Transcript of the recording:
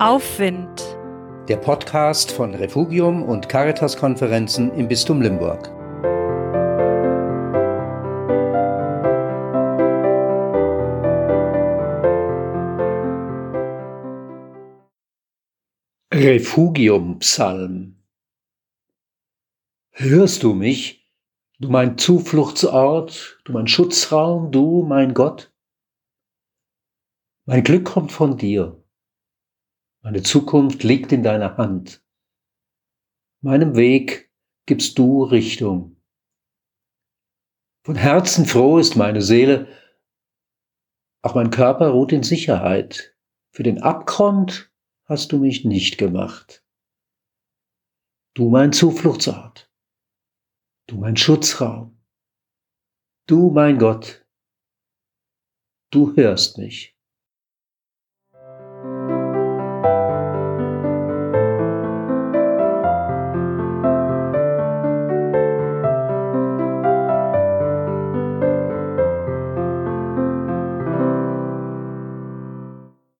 Aufwind. Der Podcast von Refugium und Caritas-Konferenzen im Bistum Limburg. Refugium-Psalm. Hörst du mich, du mein Zufluchtsort, du mein Schutzraum, du mein Gott? Mein Glück kommt von dir. Meine Zukunft liegt in deiner Hand. Meinem Weg gibst du Richtung. Von Herzen froh ist meine Seele, auch mein Körper ruht in Sicherheit. Für den Abgrund hast du mich nicht gemacht. Du mein Zufluchtsort, du mein Schutzraum, du mein Gott, du hörst mich.